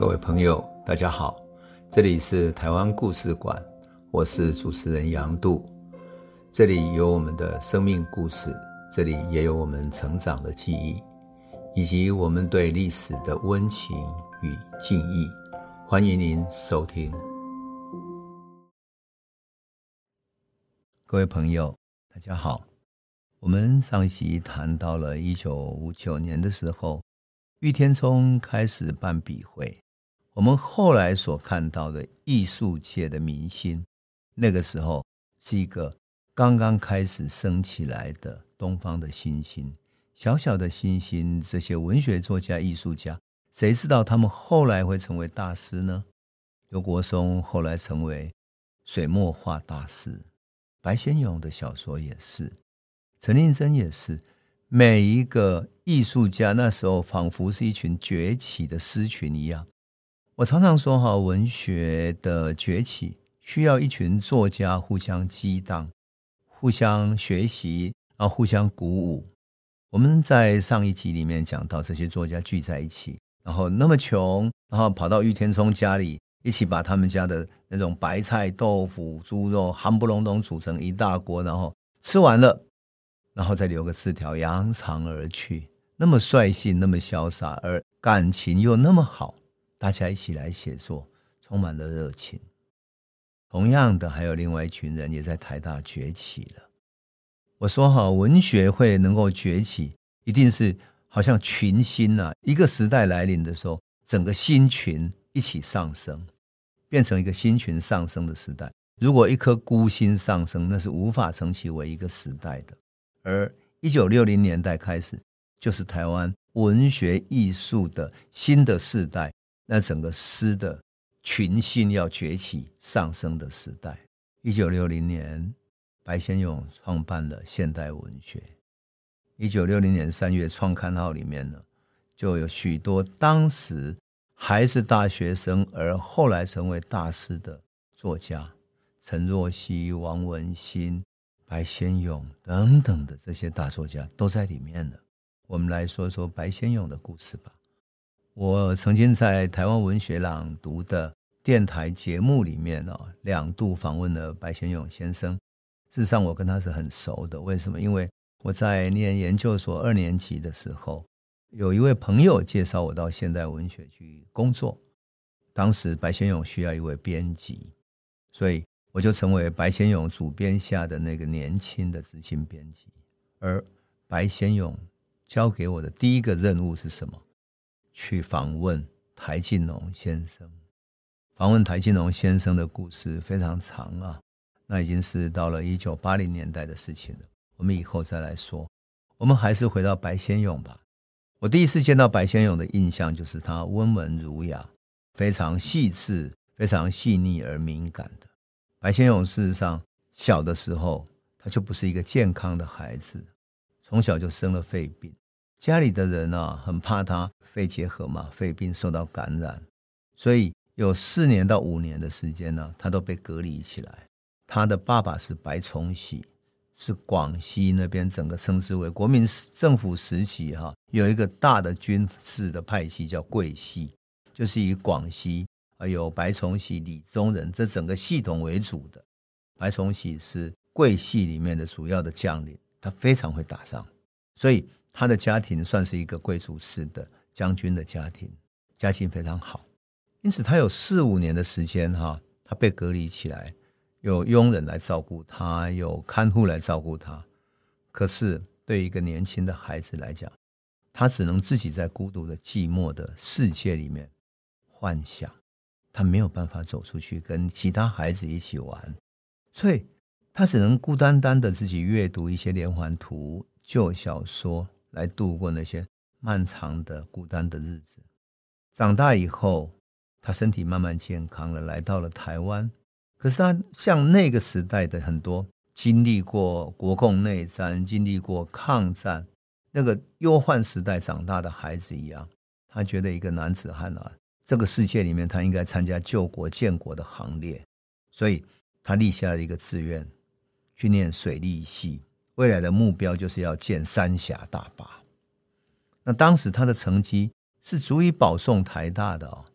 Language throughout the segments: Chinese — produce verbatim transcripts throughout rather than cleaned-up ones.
各位朋友大家好，这里是台湾故事馆，我是主持人杨度。这里有我们的生命故事，这里也有我们成长的记忆，以及我们对历史的温情与敬意。欢迎您收听。各位朋友大家好，我们上一集谈到了一九五九年的时候，郁天聪开始办笔会，我们后来所看到的艺术界的明星，那个时候是一个刚刚开始升起来的东方的新星，小小的新星，这些文学作家艺术家，谁知道他们后来会成为大师呢？刘国松后来成为水墨画大师，白先勇的小说也是，陈令真也是，每一个艺术家那时候仿佛是一群崛起的狮群一样。我常常说哈，文学的崛起需要一群作家互相激荡，互相学习，然后互相鼓舞。我们在上一集里面讲到，这些作家聚在一起，然后那么穷，然后跑到郁天聪家里，一起把他们家的那种白菜、豆腐、猪肉夯不隆咚煮成一大锅，然后吃完了，然后再留个字条，扬长而去。那么率性，那么潇洒，而感情又那么好，大家一起来写作，充满了热情。同样的，还有另外一群人也在台大崛起了。我说好，文学会能够崛起，一定是好像群星啊，一个时代来临的时候，整个星群一起上升，变成一个星群上升的时代。如果一颗孤星上升，那是无法称其为一个时代的。而一九六零年代开始，就是台湾文学艺术的新的世代，那整个诗的群星要崛起上升的时代。一九六零年，白先勇创办了现代文学。一九六零年三月创刊号里面呢，就有许多当时还是大学生而后来成为大师的作家，陈若曦、王文兴、白先勇等等的这些大作家都在里面了。我们来说说白先勇的故事吧。我曾经在台湾文学朗读的电台节目里面、哦、两度访问了白先勇先生。事实上我跟他是很熟的，为什么？因为我在念研究所二年级的时候，有一位朋友介绍我到现代文学去工作，当时白先勇需要一位编辑，所以我就成为白先勇主编下的那个年轻的执行编辑。而白先勇交给我的第一个任务是什么？去访问台静农先生。访问台静农先生的故事非常长啊，那已经是到了一九八零年代的事情了，我们以后再来说。我们还是回到白先勇吧。我第一次见到白先勇的印象就是他温文儒雅，非常细致，非常细腻而敏感的。白先勇事实上小的时候他就不是一个健康的孩子，从小就生了肺病，家里的人啊很怕他肺结核嘛，肺病受到感染，所以有四年到五年的时间呢、啊，他都被隔离起来。他的爸爸是白崇禧，是广西那边整个称之为国民政府时期哈、啊，有一个大的军事的派系叫桂系，就是以广西有白崇禧、李宗仁这整个系统为主的。白崇禧是桂系里面的主要的将领，他非常会打仗，所以他的家庭算是一个贵族式的将军的家庭，家境非常好。因此他有四五年的时间哈，他被隔离起来，有佣人来照顾他，有看护来照顾他。可是对一个年轻的孩子来讲，他只能自己在孤独的寂寞的世界里面幻想，他没有办法走出去跟其他孩子一起玩，所以他只能孤单单的自己阅读一些连环图、旧小说来度过那些漫长的孤单的日子。长大以后，他身体慢慢健康了，来到了台湾。可是他像那个时代的很多经历过国共内战、经历过抗战那个忧患时代长大的孩子一样，他觉得一个男子汉啊，这个世界里面他应该参加救国建国的行列，所以他立下了一个志愿，去念水利系，未来的目标就是要建三峡大坝。那当时他的成绩是足以保送台大的哦，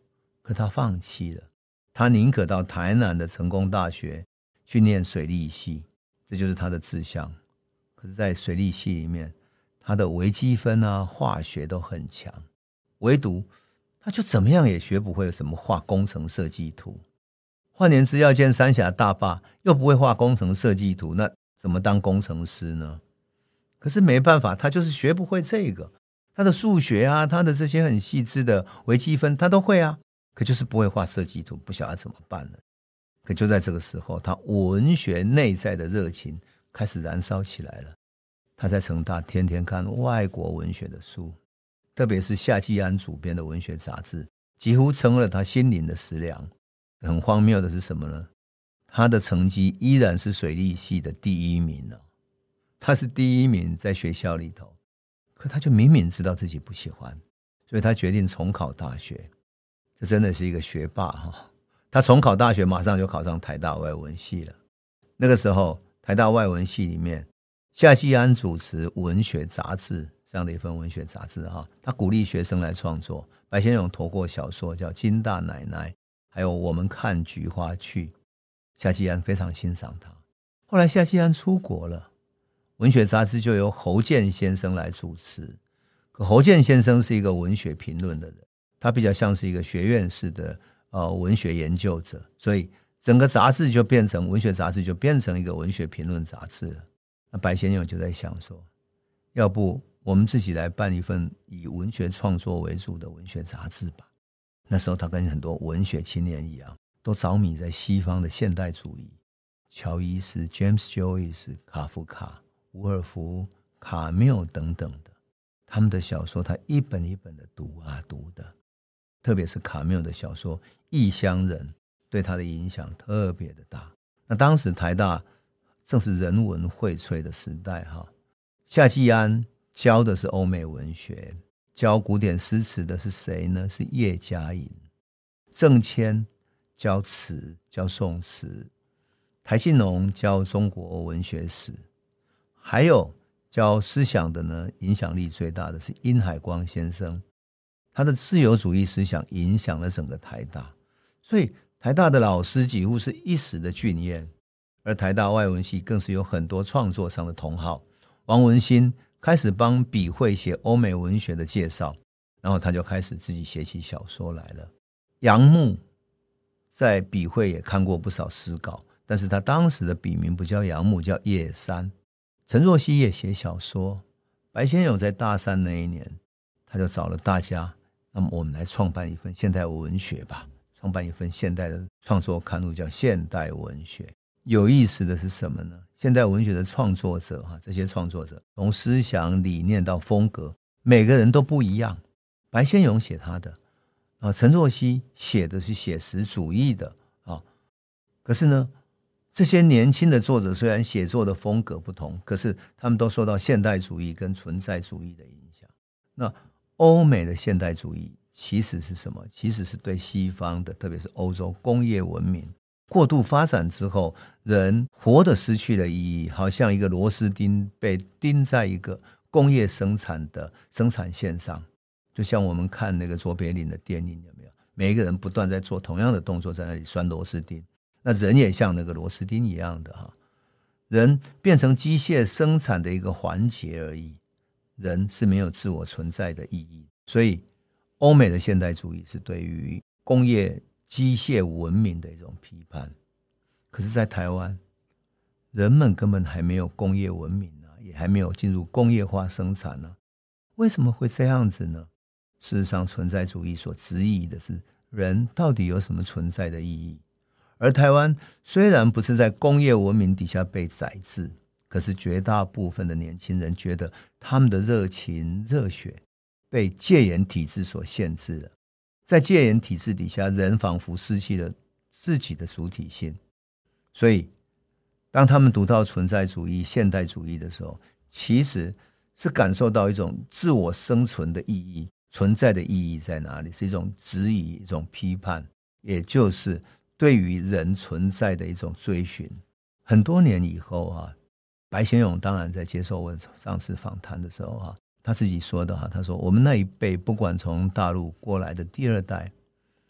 可他放弃了，他宁可到台南的成功大学去念水利系，这就是他的志向。可是在水利系里面，他的微积分啊化学都很强，唯独他就怎么样也学不会什么画工程设计图。换言之，要建三峡大坝又不会画工程设计图，那怎么当工程师呢？可是没办法，他就是学不会这个。他的数学啊，他的这些很细致的微积分他都会啊，可就是不会画设计图，不晓得怎么办呢？可就在这个时候，他文学内在的热情开始燃烧起来了。他在成大天天看外国文学的书，特别是夏季安主编的文学杂志，几乎成了他心灵的食粮。很荒谬的是什么呢？他的成绩依然是水利系的第一名哦，他是第一名在学校里头，可他就明明知道自己不喜欢，所以他决定重考大学。这真的是一个学霸哈！他重考大学，马上就考上台大外文系了。那个时候，台大外文系里面，夏季安主持文学杂志这样的一份文学杂志哈，他鼓励学生来创作。白先勇投过小说叫《金大奶奶》，还有《我们看菊花去》，夏季安非常欣赏他。后来夏季安出国了，文学杂志就由侯健先生来主持。可侯健先生是一个文学评论的人，他比较像是一个学院式的呃文学研究者，所以整个杂志就变成文学杂志就变成一个文学评论杂志了。那白先勇就在想说，要不我们自己来办一份以文学创作为主的文学杂志吧。那时候他跟很多文学青年一样，都着迷在西方的现代主义，乔伊斯、James Joyce、卡夫卡、伍尔夫、卡缪等等的，他们的小说他一本一本的读啊读的，特别是卡缪的小说《异乡人》对他的影响特别的大。那当时台大正是人文荟萃的时代哈，夏季安教的是欧美文学，教古典诗词的是谁呢？是叶嘉莹。郑谦教词，教宋词。台信农教中国文学史。还有教思想的呢，影响力最大的是殷海光先生，他的自由主义思想影响了整个台大，所以台大的老师几乎是一时的俊彦，而台大外文系更是有很多创作上的同好。王文兴开始帮笔会写欧美文学的介绍，然后他就开始自己写起小说来了。杨牧在笔会也看过不少诗稿，但是他当时的笔名不叫杨牧，叫叶山。陈若曦也写小说。白先勇在大三那一年，他就找了大家，那么我们来创办一份现代文学吧，创办一份现代的创作刊物，叫现代文学。有意思的是什么呢？现代文学的创作者这些创作者从思想理念到风格，每个人都不一样。白先勇写他的，陈若曦写的是写实主义的。可是呢，这些年轻的作者虽然写作的风格不同，可是他们都受到现代主义跟存在主义的影响。那欧美的现代主义其实是什么？其实是对西方的，特别是欧洲工业文明过度发展之后，人活得失去了意义，好像一个螺丝钉被钉在一个工业生产的生产线上。就像我们看那个卓别林的电影，有没有？每一个人不断在做同样的动作，在那里拴螺丝钉。那人也像那个螺丝钉一样的哈，人变成机械生产的一个环节而已，人是没有自我存在的意义。所以欧美的现代主义是对于工业机械文明的一种批判。可是在台湾，人们根本还没有工业文明啊，也还没有进入工业化生产啊。为什么会这样子呢？事实上，存在主义所质疑的是人到底有什么存在的意义。而台湾虽然不是在工业文明底下被宰制，可是绝大部分的年轻人觉得他们的热情热血被戒严体制所限制了。在戒严体制底下，人仿佛失去了自己的主体性。所以当他们读到存在主义、现代主义的时候，其实是感受到一种自我生存的意义，存在的意义在哪里，是一种质疑，一种批判，也就是对于人存在的一种追寻。很多年以后啊，白先勇当然在接受我上次访谈的时候啊，他自己说的哈，他说我们那一辈不管从大陆过来的第二代，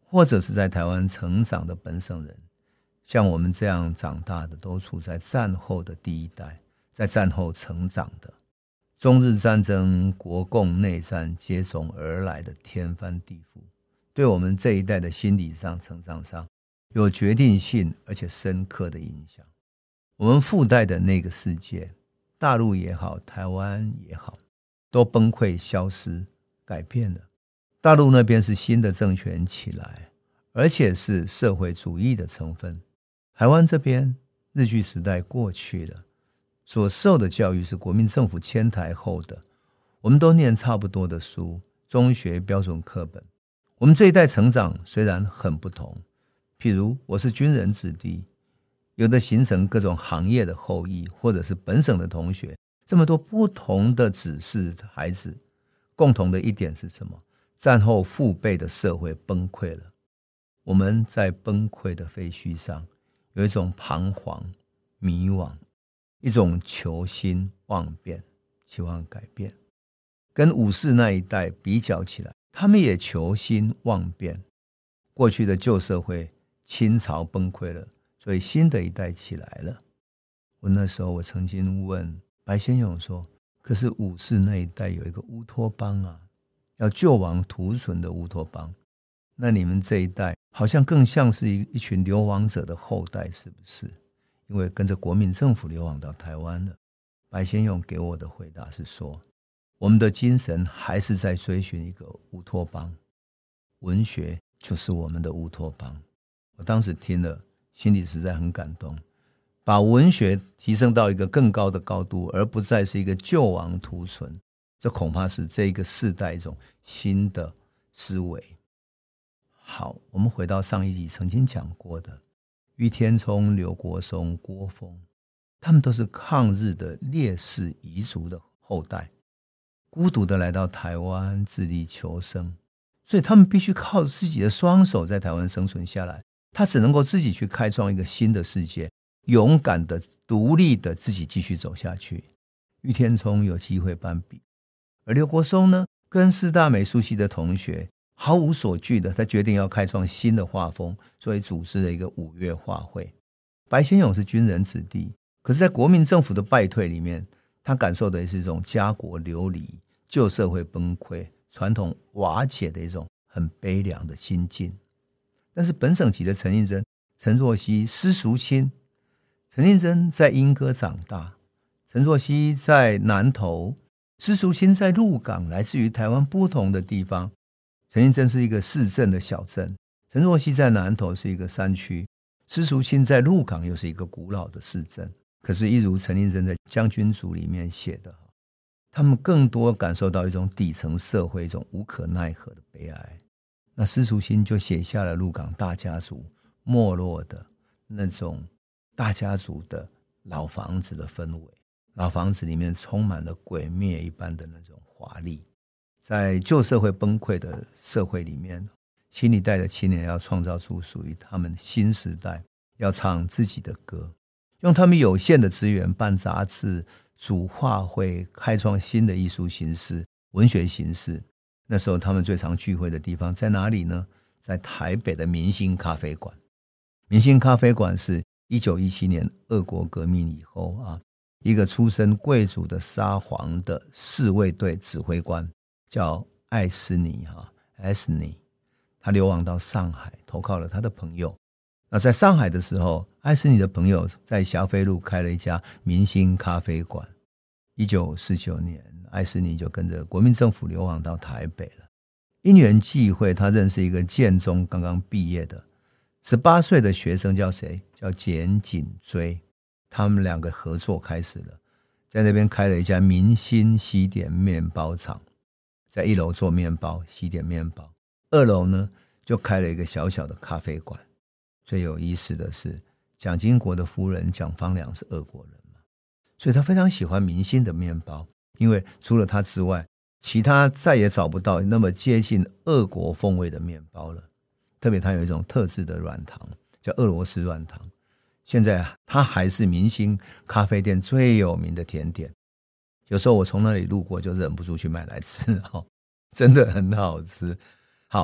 或者是在台湾成长的本省人，像我们这样长大的，都处在战后的第一代，在战后成长的，中日战争、国共内战接踵而来的天翻地覆，对我们这一代的心理上、成长上有决定性而且深刻的影响。我们附带的那个世界，大陆也好，台湾也好，都崩溃、消失、改变了。大陆那边是新的政权起来，而且是社会主义的成分。台湾这边日据时代过去了，所受的教育是国民政府迁台后的，我们都念差不多的书，中学标准课本。我们这一代成长虽然很不同，譬如我是军人子弟，有的形成各种行业的后裔，或者是本省的同学，这么多不同的子嗣孩子，共同的一点是什么？战后父辈的社会崩溃了，我们在崩溃的废墟上有一种彷徨迷惘，一种求新望变，期望改变。跟武士那一代比较起来，他们也求新望变。过去的旧社会清朝崩溃了，所以新的一代起来了。我那时候我曾经问白先勇说，可是武士那一代有一个乌托邦啊，要救亡图存的乌托邦，那你们这一代好像更像是一群流亡者的后代，是不是？因为跟着国民政府流亡到台湾了。白先勇给我的回答是说，我们的精神还是在追寻一个乌托邦，文学就是我们的乌托邦。我当时听了心里实在很感动，把文学提升到一个更高的高度，而不再是一个救亡图存，这恐怕是这一个世代一种新的思维。好，我们回到上一集曾经讲过的郁天聪、刘国松、郭峰，他们都是抗日的烈士彝族的后代，孤独的来到台湾自力求生，所以他们必须靠自己的双手在台湾生存下来。他只能够自己去开创一个新的世界，勇敢的、独立的自己继续走下去。郁天聪有机会颁笔，而刘国松呢，跟师大美术系的同学毫无所惧的，他决定要开创新的画风，所以组织了一个五月画会。白先勇是军人子弟，可是在国民政府的败退里面，他感受的是一种家国流离、旧社会崩溃、传统瓦解的一种很悲凉的心境。但是本省籍的陈映真、陈若曦、施淑清，陈映真在莺歌长大，陈若曦在南投，施淑清在鹿港，来自于台湾不同的地方。陈映真是一个市镇的小镇，陈若曦在南投是一个山区，施淑清在鹿港又是一个古老的市镇。可是一如陈映真在《将军族》里面写的，他们更多感受到一种底层社会一种无可奈何的悲哀。那施淑清就写下了鹿港大家族没落的那种大家族的老房子的氛围，老房子里面充满了鬼灭一般的那种华丽。在旧社会崩溃的社会里面，新一代的青年要创造出属于他们新时代，要唱自己的歌，用他们有限的资源办杂志、组画会，开创新的艺术形式、文学形式。那时候他们最常聚会的地方在哪里呢？在台北的明星咖啡馆。明星咖啡馆是一九一七年俄国革命以后啊，一个出身贵族的沙皇的侍卫队指挥官叫艾斯尼哈艾斯尼，他流亡到上海，投靠了他的朋友。那在上海的时候，艾斯尼的朋友在霞飞路开了一家明星咖啡馆。一九四九年，艾斯尼就跟着国民政府流亡到台北了。因缘际会，他认识一个建中刚刚毕业的十八岁的学生，叫谁？叫简景追。他们两个合作开始了，在那边开了一家明星西点面包厂，在一楼做面包，西点面包。二楼呢，就开了一个小小的咖啡馆。最有意思的是，蒋经国的夫人蒋方良是俄国人嘛，所以他非常喜欢明星的面包，因为除了他之外，其他再也找不到那么接近俄国风味的面包了。特别他有一种特制的软糖，叫俄罗斯软糖，现在它还是明星咖啡店最有名的甜点。有时候我从那里路过就忍不住去买来吃，真的很好吃。好，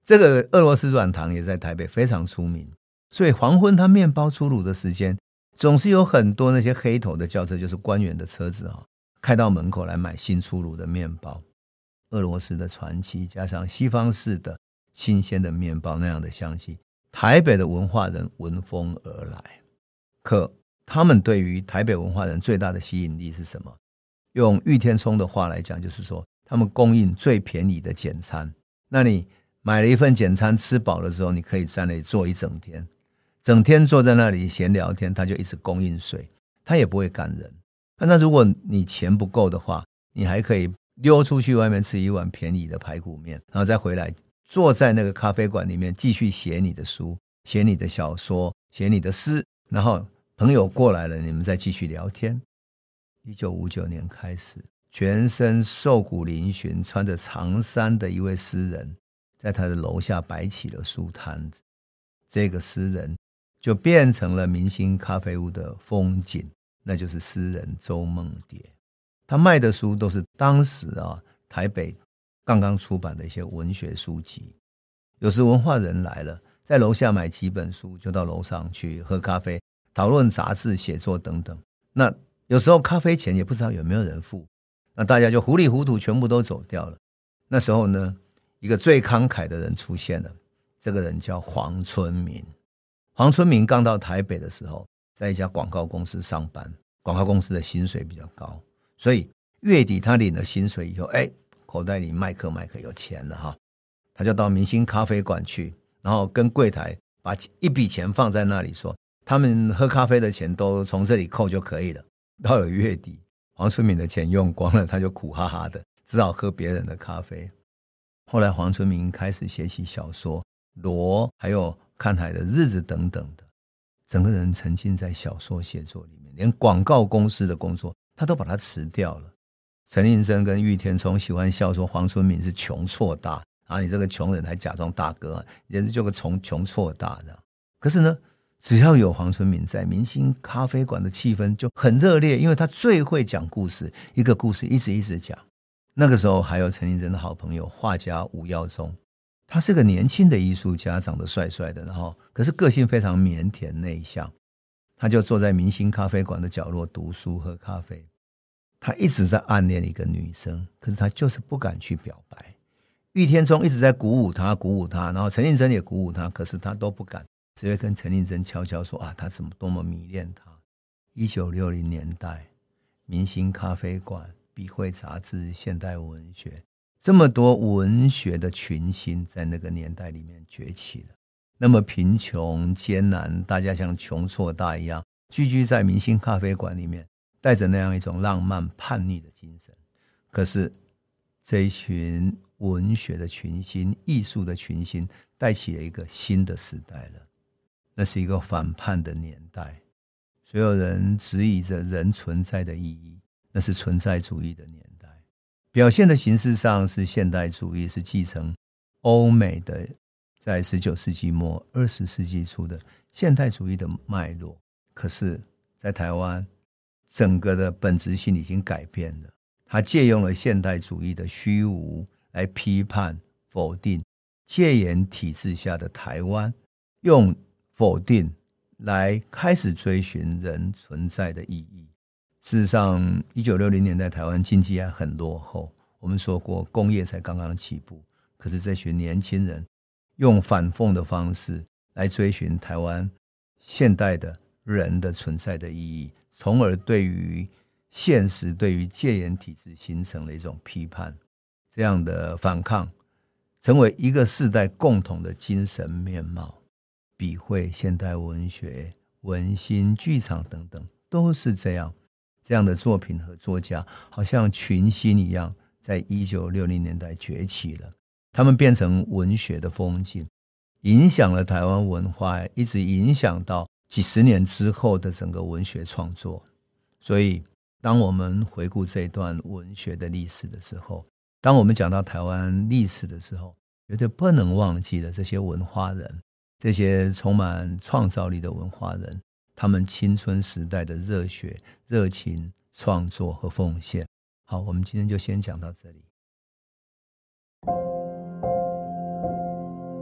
这个俄罗斯软糖也在台北非常出名，所以黄昏它面包出炉的时间，总是有很多那些黑头的轿车，就是官员的车子、哦、开到门口来买新出炉的面包。俄罗斯的传奇加上西方式的新鲜的面包那样的香气，台北的文化人闻风而来。可他们对于台北文化人最大的吸引力是什么？用玉天聪的话来讲，就是说他们供应最便宜的简餐。那你买了一份简餐吃饱了之后，你可以在那里坐一整天，整天坐在那里闲聊天，他就一直供应水，他也不会赶人。那如果你钱不够的话，你还可以溜出去外面吃一碗便宜的排骨面，然后再回来坐在那个咖啡馆里面继续写你的书，写你的小说，写你的诗，然后朋友过来了，你们再继续聊天。一九五九年开始，全身瘦骨嶙峋穿着长衫的一位诗人在他的楼下摆起了书摊子，这个诗人就变成了明星咖啡屋的风景，那就是诗人周梦蝶。他卖的书都是当时啊台北刚刚出版的一些文学书籍，有时文化人来了，在楼下买几本书，就到楼上去喝咖啡，讨论杂志、写作等等。那有时候咖啡钱也不知道有没有人付，那大家就糊里糊涂全部都走掉了。那时候呢，一个最慷慨的人出现了，这个人叫黄春明。黄春明刚到台北的时候，在一家广告公司上班，广告公司的薪水比较高，所以月底他领了薪水以后，哎，口袋里麦克麦克有钱了哈，他就到明星咖啡馆去，然后跟柜台把一笔钱放在那里，说他们喝咖啡的钱都从这里扣就可以了。到了月底，黄春明的钱用光了，他就苦哈哈的，只好喝别人的咖啡。后来黄春明开始写起小说，罗还有看海的日子等等的，整个人沉浸在小说写作里面，连广告公司的工作他都把它辞掉了。陈令真跟玉天聪喜欢笑说黄春明是穷错大啊，你这个穷人还假装大哥，简直就个穷穷错大的。可是呢，只要有黄春明在，明星咖啡馆的气氛就很热烈，因为他最会讲故事，一个故事一直一直讲。那个时候还有陈令真的好朋友画家吴耀宗，他是个年轻的艺术家，长得帅帅的，然后可是个性非常腼腆内向，他就坐在明星咖啡馆的角落读书喝咖啡。他一直在暗恋一个女生，可是他就是不敢去表白。玉天聪一直在鼓舞他鼓舞他，然后陈令真也鼓舞他，可是他都不敢，只会跟陈令真悄悄说啊，他怎么多么迷恋他。一九六零年代，明星咖啡馆、笔会杂志、现代文学，这么多文学的群星在那个年代里面崛起了。那么贫穷艰难，大家像穷错大一样聚居在明星咖啡馆里面，带着那样一种浪漫叛逆的精神。可是这一群文学的群星、艺术的群星，带起了一个新的时代了。那是一个反叛的年代，所有人质疑着人存在的意义，那是存在主义的年代。表现的形式上是现代主义，是继承欧美的在十九世纪末二十世纪初的现代主义的脉络。可是在台湾，整个的本质性已经改变了，他借用了现代主义的虚无来批判否定戒严体制下的台湾，用否定来开始追寻人存在的意义。事实上一九六零年代台湾经济还很落后，我们说过工业才刚刚起步，可是这群年轻人用反讽的方式来追寻台湾现代的人的存在的意义，从而对于现实、对于戒严体制形成了一种批判。这样的反抗成为一个世代共同的精神面貌。笔会、现代文学、文心、剧场等等都是这样。这样的作品和作家好像群星一样，在一九六零年代崛起了。他们变成文学的风景，影响了台湾文化，一直影响到几十年之后的整个文学创作。所以当我们回顾这一段文学的历史的时候，当我们讲到台湾历史的时候，绝对不能忘记了这些文化人，这些充满创造力的文化人，他们青春时代的热血、热情、创作和奉献。好，我们今天就先讲到这里。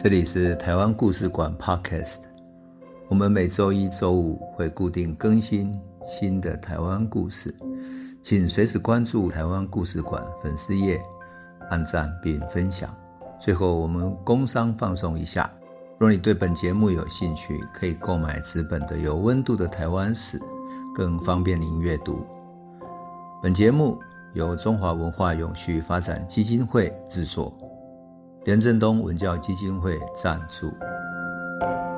这里是台湾故事馆 Podcast， 我们每周一、周五会固定更新新的台湾故事，请随时关注台湾故事馆粉丝页，按赞并分享。最后，我们工商放送一下，若你对本节目有兴趣，可以购买纸本的有温度的台湾史，更方便您阅读。本节目由中华文化永续发展基金会制作，连震东文教基金会赞助。